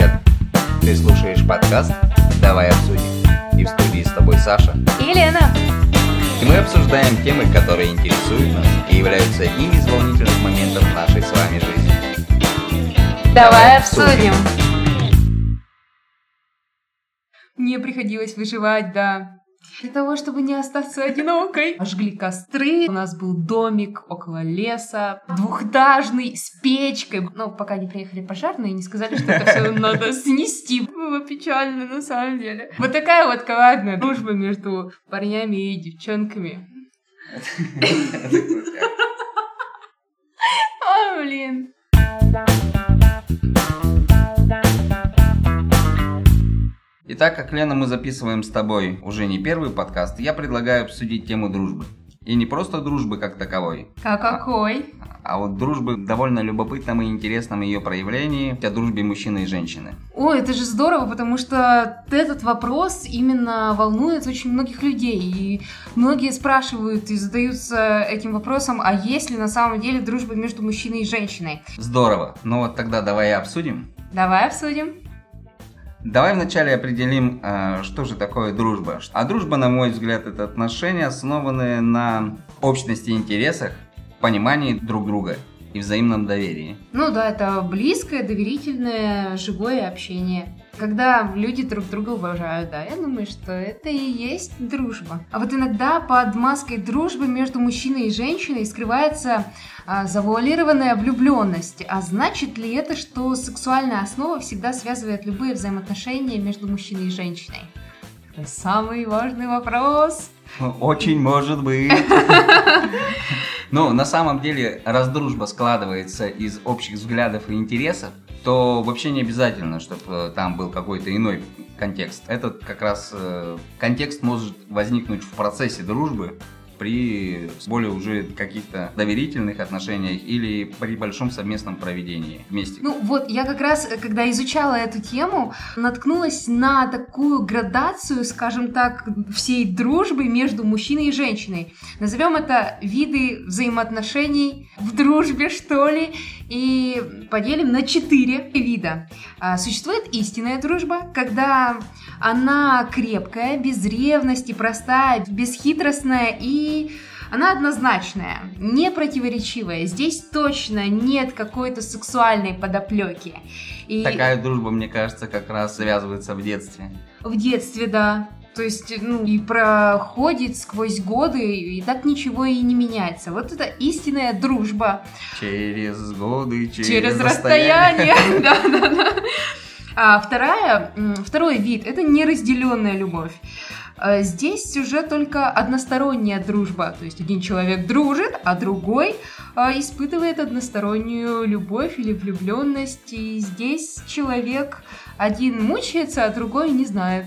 Привет! Ты слушаешь подкаст «Давай обсудим». И в студии с тобой Саша и Лена. И мы обсуждаем темы, которые интересуют нас и являются одними из волнительных моментов нашей с вами жизни. Давай обсудим. Мне приходилось выживать, да. Для того, чтобы не остаться одинокой. Жгли костры, у нас был домик около леса, двухэтажный, с печкой. Но пока не приехали пожарные, не сказали, что это все надо снести. Было печально, на самом деле. Вот такая вот коварная дружба между парнями и девчонками. О, блин. И так как, Лена, мы записываем с тобой уже не первый подкаст, я предлагаю обсудить тему дружбы. И не просто дружбы как таковой. А какой? А вот дружбы в довольно любопытном и интересном ее проявлении, о дружбе мужчины и женщины. Ой, это же здорово, потому что этот вопрос именно волнует очень многих людей. И многие спрашивают и задаются этим вопросом, а есть ли на самом деле дружба между мужчиной и женщиной? Здорово. Ну вот тогда давай обсудим. Давай обсудим. Давай вначале определим, что же такое дружба. А дружба, на мой взгляд, это отношения, основанные на общности интересах, понимании друг друга и взаимном доверии. Ну да, это близкое, доверительное, живое общение. Когда люди друг друга уважают, да, я думаю, что это и есть дружба. А вот иногда под маской дружбы между мужчиной и женщиной скрывается завуалированная влюбленность. А значит ли это, что сексуальная основа всегда связывает любые взаимоотношения между мужчиной и женщиной? Это самый важный вопрос. Очень может быть. Но на самом деле, раз дружба складывается из общих взглядов и интересов, то вообще не обязательно, чтобы там был какой-то иной контекст. Этот как раз контекст может возникнуть в процессе дружбы при более уже каких-то доверительных отношениях или при большом совместном проведении вместе. Ну вот, я как раз, когда изучала эту тему, наткнулась на такую градацию, скажем так, всей дружбы между мужчиной и женщиной. Назовем это виды взаимоотношений в дружбе, что ли, и поделим на 4 вида. Существует истинная дружба, когда она крепкая, без ревности, простая, бесхитростная и она однозначная, не противоречивая. Здесь точно нет какой-то сексуальной подоплеки. И такая дружба, мне кажется, как раз связывается в детстве. В детстве, да. То есть, и проходит сквозь годы, и так ничего и не меняется. Вот это истинная дружба. Через годы, через расстояние. Да. А второй вид – это неразделенная любовь. Здесь уже только односторонняя дружба, то есть один человек дружит, а другой испытывает одностороннюю любовь или влюбленность, и здесь человек один мучается, а другой не знает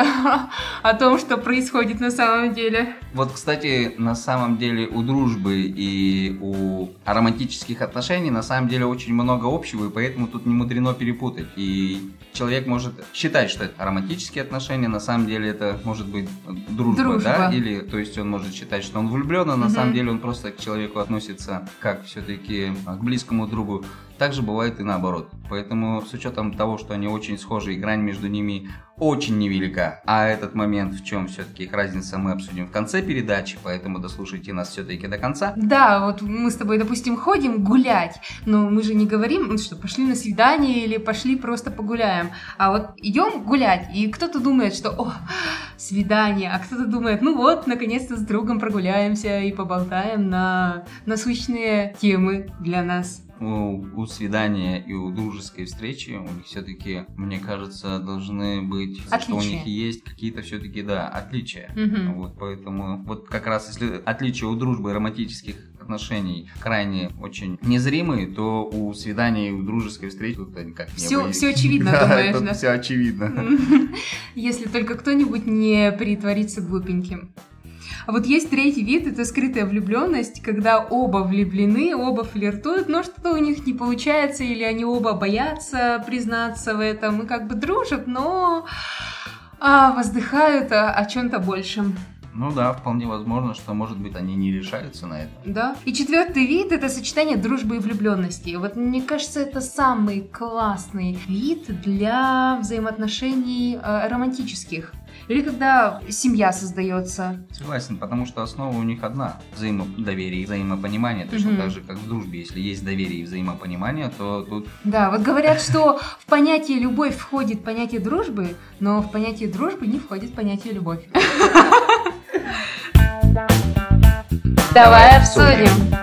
о том, что происходит на самом деле. Вот, кстати, на самом деле у дружбы и у романтических отношений на самом деле очень много общего, и поэтому тут не мудрено перепутать. И человек может считать, что это романтические отношения, на самом деле это может быть дружба. Да? Или, то есть он может считать, что он влюблен, а на самом деле он просто к человеку относится как все-таки к близкому другу. Также бывает и наоборот. Поэтому с учетом того, что они очень схожи и грань между ними очень невелика, а этот момент, в чем все-таки их разница, мы обсудим в конце передачи, поэтому дослушайте нас все-таки до конца. Да, вот мы с тобой, допустим, ходим гулять, но мы же не говорим, что пошли на свидание или пошли просто погуляем, а вот идем гулять, и кто-то думает, что свидание, а кто-то думает, ну вот, наконец-то с другом прогуляемся и поболтаем на насущные темы для нас. У свидания и у дружеской встречи у них все-таки, мне кажется, должны быть, что у них есть какие-то все-таки, да, отличия. Вот, поэтому вот как раз если отличия у дружбы и романтических отношений крайне очень незримые, то у свидания и у дружеской встречи тут как не все очевидно, да, думаешь, да? Да, все очевидно. Если только кто-нибудь не притворится глупеньким. А вот есть третий вид, это скрытая влюбленность, когда оба влюблены, оба флиртуют, но что-то у них не получается, или они оба боятся признаться в этом и как бы дружат, но воздыхают о чем-то большем. Ну да, вполне возможно, что, может быть, они не решаются на это. Да. И 4-й вид – это сочетание дружбы и влюбленности. Вот мне кажется, это самый классный вид для взаимоотношений романтических. Или когда семья создается. Согласен, потому что основа у них одна – взаимодоверие и взаимопонимание. Точно так же, как в дружбе. Если есть доверие и взаимопонимание, то тут… Да, вот говорят, что в понятие «любовь» входит понятие дружбы, но в понятие дружбы не входит понятие «любовь». Давай обсудим.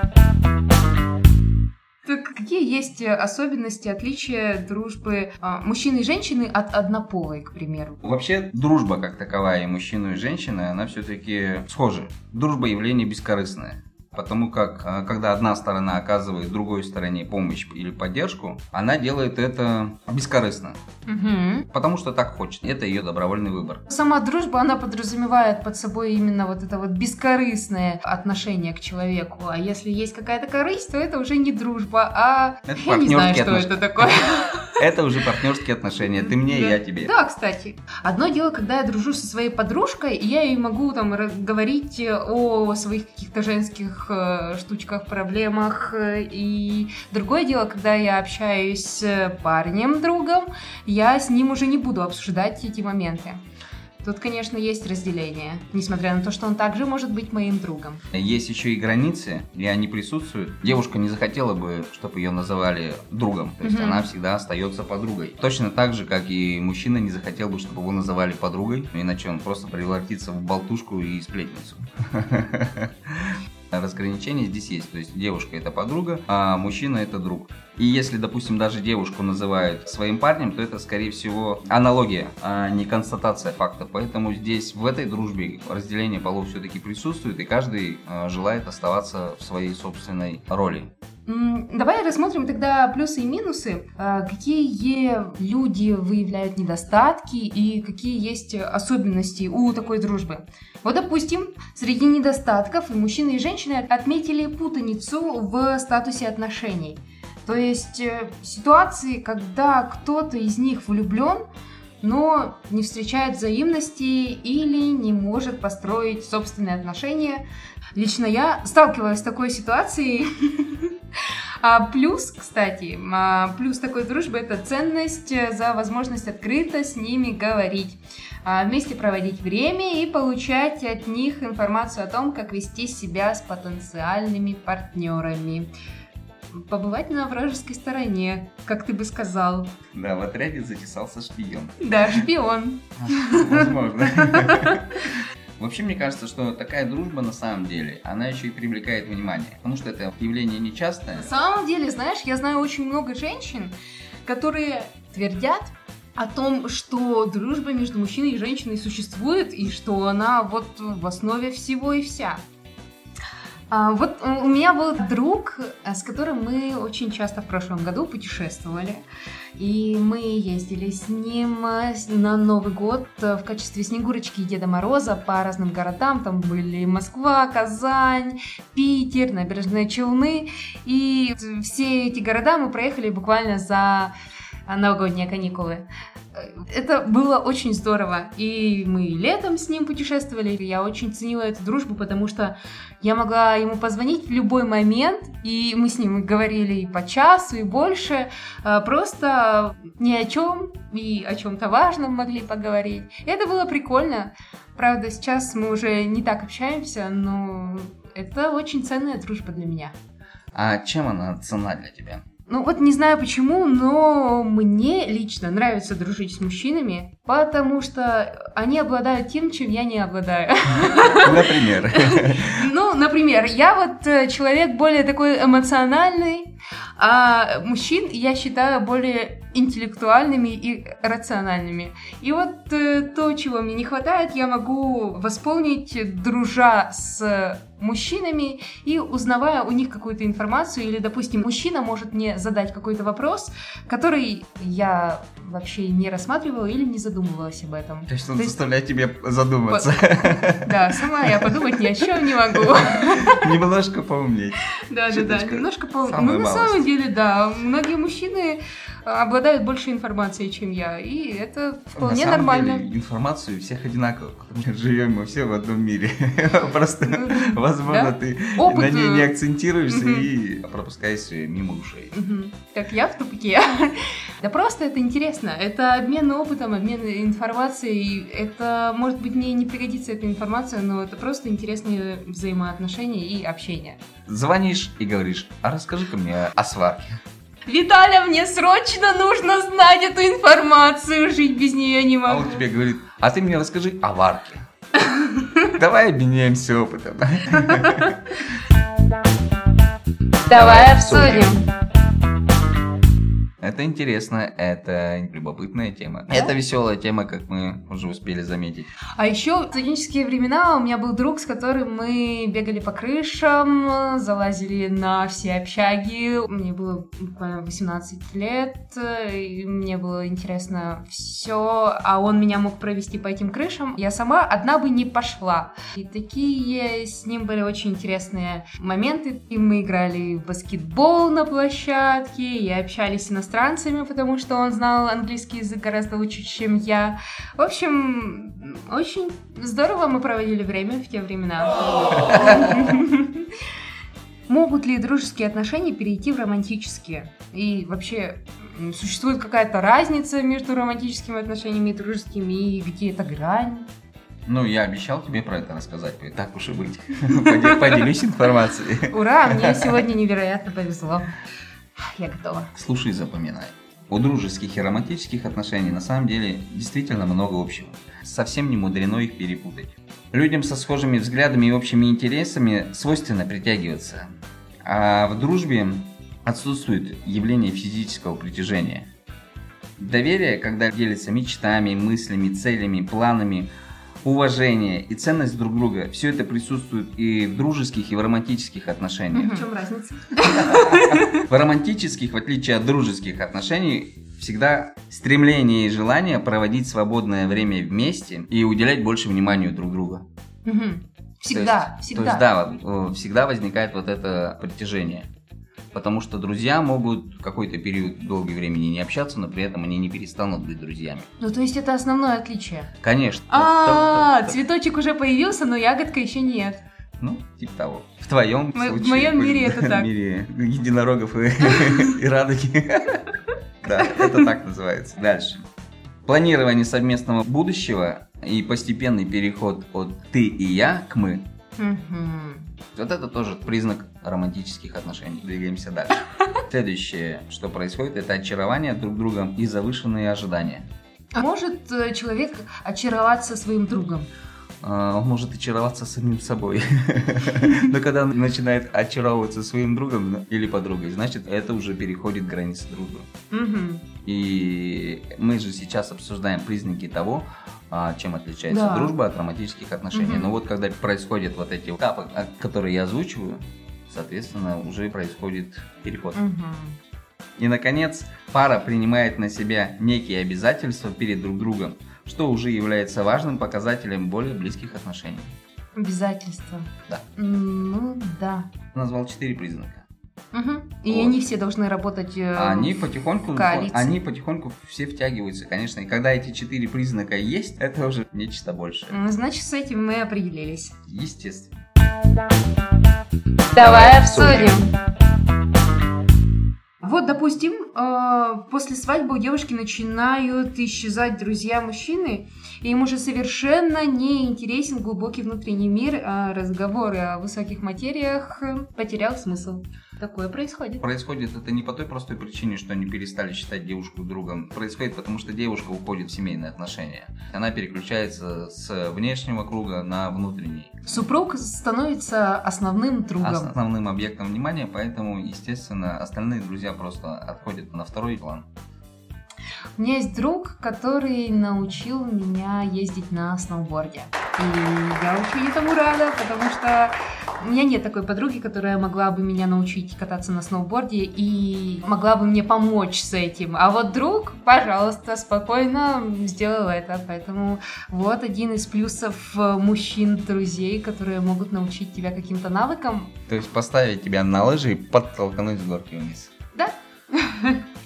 Так какие есть особенности, отличия дружбы мужчины и женщины от однополой, к примеру? Вообще, дружба как таковая и мужчины и женщины, она все-таки схожа. Дружба – явление бескорыстное. Потому как, когда одна сторона оказывает другой стороне помощь или поддержку, она делает это бескорыстно. Потому что так хочет. Это ее добровольный выбор. Сама дружба, она подразумевает под собой именно вот это вот бескорыстное отношение к человеку. А если есть какая-то корысть, то это уже не дружба, а это я не знаю, что это такое. Это уже партнерские отношения. Ты мне, я тебе. Да, кстати. Одно дело, когда я дружу со своей подружкой, и я ей могу там говорить о своих каких-то женских штучках, проблемах. И другое дело, когда я общаюсь с парнем, другом, я с ним уже не буду обсуждать эти моменты. Тут, конечно, есть разделение, несмотря на то, что он также может быть моим другом. Есть еще и границы, и они присутствуют. Девушка не захотела бы, чтобы ее называли другом, то есть она всегда остается подругой. Точно так же, как и мужчина не захотел бы, чтобы его называли подругой, иначе он просто превратится в болтушку и сплетницу. Разграничение здесь есть, то есть девушка это подруга, а мужчина это друг. И если, допустим, даже девушку называют своим парнем, то это, скорее всего, аналогия, а не констатация факта. Поэтому здесь, в этой дружбе, разделение полов все-таки присутствует, и каждый желает оставаться в своей собственной роли. Давай рассмотрим тогда плюсы и минусы. Какие люди выявляют недостатки и какие есть особенности у такой дружбы. Вот, допустим, среди недостатков и мужчины, и женщины отметили путаницу в статусе отношений. То есть ситуации, когда кто-то из них влюблен, но не встречает взаимности или не может построить собственные отношения. Лично я сталкивалась с такой ситуацией. Плюс, кстати, плюс такой дружбы – это ценность за возможность открыто с ними говорить, вместе проводить время и получать от них информацию о том, как вести себя с потенциальными партнерами. Побывать на вражеской стороне, как ты бы сказал. Да, в отряде затесался шпион. Да, шпион. Возможно. Вообще, мне кажется, что такая дружба на самом деле, она еще и привлекает внимание, потому что это явление нечастое. На самом деле, знаешь, я знаю очень много женщин, которые твердят о том, что дружба между мужчиной и женщиной существует, и что она вот в основе всего и вся. Вот у меня был друг, с которым мы очень часто в прошлом году путешествовали. И мы ездили с ним на Новый год в качестве Снегурочки и Деда Мороза по разным городам. Там были Москва, Казань, Питер, Набережные Челны. И все эти города мы проехали буквально за новогодние каникулы. Это было очень здорово. И мы летом с ним путешествовали. Я очень ценила эту дружбу, потому что я могла ему позвонить в любой момент, и мы с ним говорили и по часу, и больше. Просто ни о чем, и о чем-то важном могли поговорить. И это было прикольно. Правда, сейчас мы уже не так общаемся, но это очень ценная дружба для меня. А чем она ценна для тебя? Ну вот не знаю почему, но мне лично нравится дружить с мужчинами, потому что они обладают тем, чем я не обладаю. Например? Ну, например, я вот человек более такой эмоциональный, а мужчин я считаю более интеллектуальными и рациональными. И вот то, чего мне не хватает, я могу восполнить, дружа с мужчинами и узнавая у них какую-то информацию, или, допустим, мужчина может мне задать какой-то вопрос, который я вообще не рассматривала или не задумывалась об этом. То есть он заставляет тебя задуматься. Да, сама я подумать ни о чем не могу. Немножко поумнеть. Да, немножко поумнеть. Ну, на самом деле, да, многие мужчины обладают больше информацией, чем я, и это вполне на самом нормально. деле, информацию у всех одинаково, потому что живем мы все в одном мире. Просто, возможно, ты на ней не акцентируешься и пропускаешь мимо ушей. Как я в тупике. Да просто это интересно. Это обмен опытом, обмен информацией. Это, может быть, мне не пригодится эта информация, но это просто интересные взаимоотношения и общение. Звонишь и говоришь: а расскажи-ка мне о сварке. Виталя, мне срочно нужно знать эту информацию, жить без нее не могу. А он тебе говорит: а ты мне расскажи о варке. Давай обменяемся опытом. Давай обсудим. Это интересно, это любопытная тема. Да? Это веселая тема, как мы уже успели заметить. А еще в студенческие времена у меня был друг, с которым мы бегали по крышам, залазили на все общаги. Мне было буквально 18 лет, и мне было интересно все, а он меня мог провести по этим крышам. Я сама одна бы не пошла. И такие с ним были очень интересные моменты. И мы играли в баскетбол на площадке, и общались с иностранцами, потому что он знал английский язык гораздо лучше, чем я. В общем, очень здорово мы проводили время в те времена. Могут ли дружеские отношения перейти в романтические? И вообще, существует какая-то разница между романтическими отношениями и дружескими? И где эта грань? Ну, я обещал тебе про это рассказать, так уж и быть. Поделюсь информацией. Ура, мне сегодня невероятно повезло. Я готова. Слушай и запоминай. У дружеских и романтических отношений на самом деле действительно много общего. Совсем не мудрено их перепутать. Людям со схожими взглядами и общими интересами свойственно притягиваться. А в дружбе отсутствует явление физического притяжения. Доверие, когда делятся мечтами, мыслями, целями, планами, уважение и ценность друг друга, все это присутствует и в дружеских, и в романтических отношениях. В чем разница? В романтических, в отличие от дружеских отношений, всегда стремление и желание проводить свободное время вместе и уделять больше внимания друг другу. Всегда. То есть, да, всегда возникает вот это притяжение. Потому что друзья могут какой-то период долгого времени не общаться, но при этом они не перестанут быть друзьями. Ну, то есть это основное отличие? Конечно. Цветочек уже появился, но ягодка еще нет. Ну, типа того. В твоем случае. В моем мире это так. В мире единорогов и радуги. Да, это так называется. Дальше. Планирование совместного будущего и постепенный переход от «ты» и «я» к «мы». Вот это тоже признак романтических отношений. Двигаемся дальше. Следующее, что происходит, это очарование друг другом и завышенные ожидания. А может человек очароваться своим другом? Он может очароваться самим собой. Но когда он начинает очаровываться своим другом или подругой, значит, это уже переходит границы дружбы. И мы же сейчас обсуждаем признаки того, чем отличается дружба от романтических отношений. Но вот когда происходят вот эти этапы, которые я озвучиваю, соответственно, уже происходит переход. И, наконец, пара принимает на себя некие обязательства перед друг другом, что уже является важным показателем более близких отношений. Обязательства? Да. Ну, да. Назвал 4 признака. И вот. Они все должны работать они потихоньку все втягиваются, конечно. И когда эти 4 признака есть, это уже нечто большее. Значит, с этим мы определились. Естественно. Давай обсудим. Вот, допустим, после свадьбы у девушки начинают исчезать друзья-мужчины, и им уже совершенно не интересен глубокий внутренний мир, а разговоры о высоких материях потерял смысл. Такое происходит. Происходит это не по той простой причине, что они перестали считать девушку другом. Происходит потому, что девушка уходит в семейные отношения. Она переключается с внешнего круга на внутренний. Супруг становится основным другом. Основным объектом внимания, поэтому, естественно, остальные друзья просто отходят на второй план. У меня есть друг, который научил меня ездить на сноуборде. И я очень этому рада, потому что у меня нет такой подруги, которая могла бы меня научить кататься на сноуборде и могла бы мне помочь с этим. А вот друг, пожалуйста, спокойно сделал это. Поэтому вот один из плюсов мужчин-друзей, которые могут научить тебя каким-то навыкам. То есть поставить тебя на лыжи и подтолкнуть с горки вниз. Да.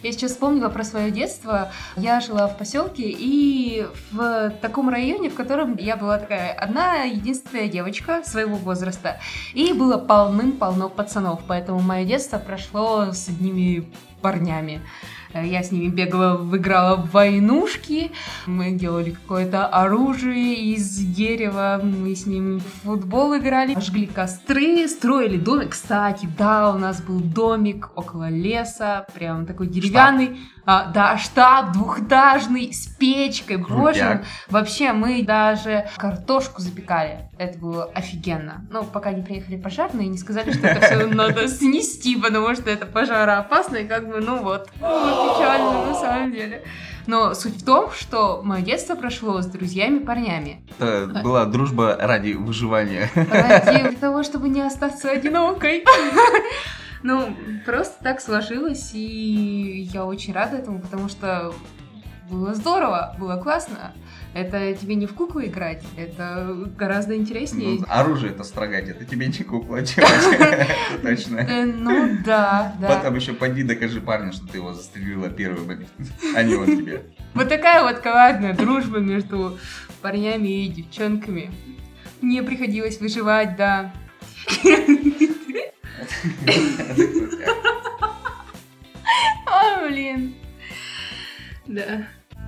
Я сейчас вспомнила про свое детство. Я жила в поселке и в таком районе, в котором я была такая одна единственная девочка своего возраста. И было полным-полно пацанов, поэтому мое детство прошло с одними парнями. Я с ними бегала, играла в войнушки, мы делали какое-то оружие из дерева, мы с ними в футбол играли, жгли костры, строили домик. Кстати, да, у нас был домик около леса, прям такой деревянный. Штаб двухэтажный, с печкой, боже. Вообще, мы даже картошку запекали. Это было офигенно. Но пока не приехали пожарные и не сказали, что это все надо снести, потому что это пожароопасно, и печально на самом деле. Но суть в том, что мое детство прошло с друзьями-парнями. Это была дружба ради выживания. Ради того, чтобы не остаться одинокой. Просто так сложилось, и я очень рада этому, потому что было здорово, было классно. Это тебе не в куклу играть, это гораздо интереснее. Оружие-то строгать, это тебе не кукла делать, точно. Да. Потом еще поди докажи парню, что ты его застрелила первым, а не он тебе. Вот такая вот коварная дружба между парнями и девчонками. Мне приходилось выживать, да. О, блин. Да.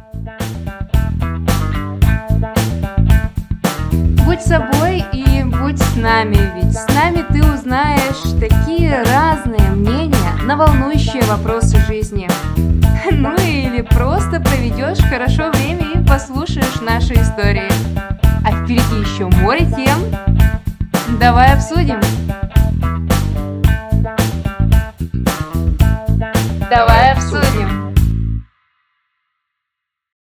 Будь собой и будь с нами, ведь с нами ты узнаешь такие разные мнения на волнующие вопросы жизни. Или просто проведешь хорошо время и послушаешь наши истории. А впереди еще море тем. Давай обсудим. Давай обсудим.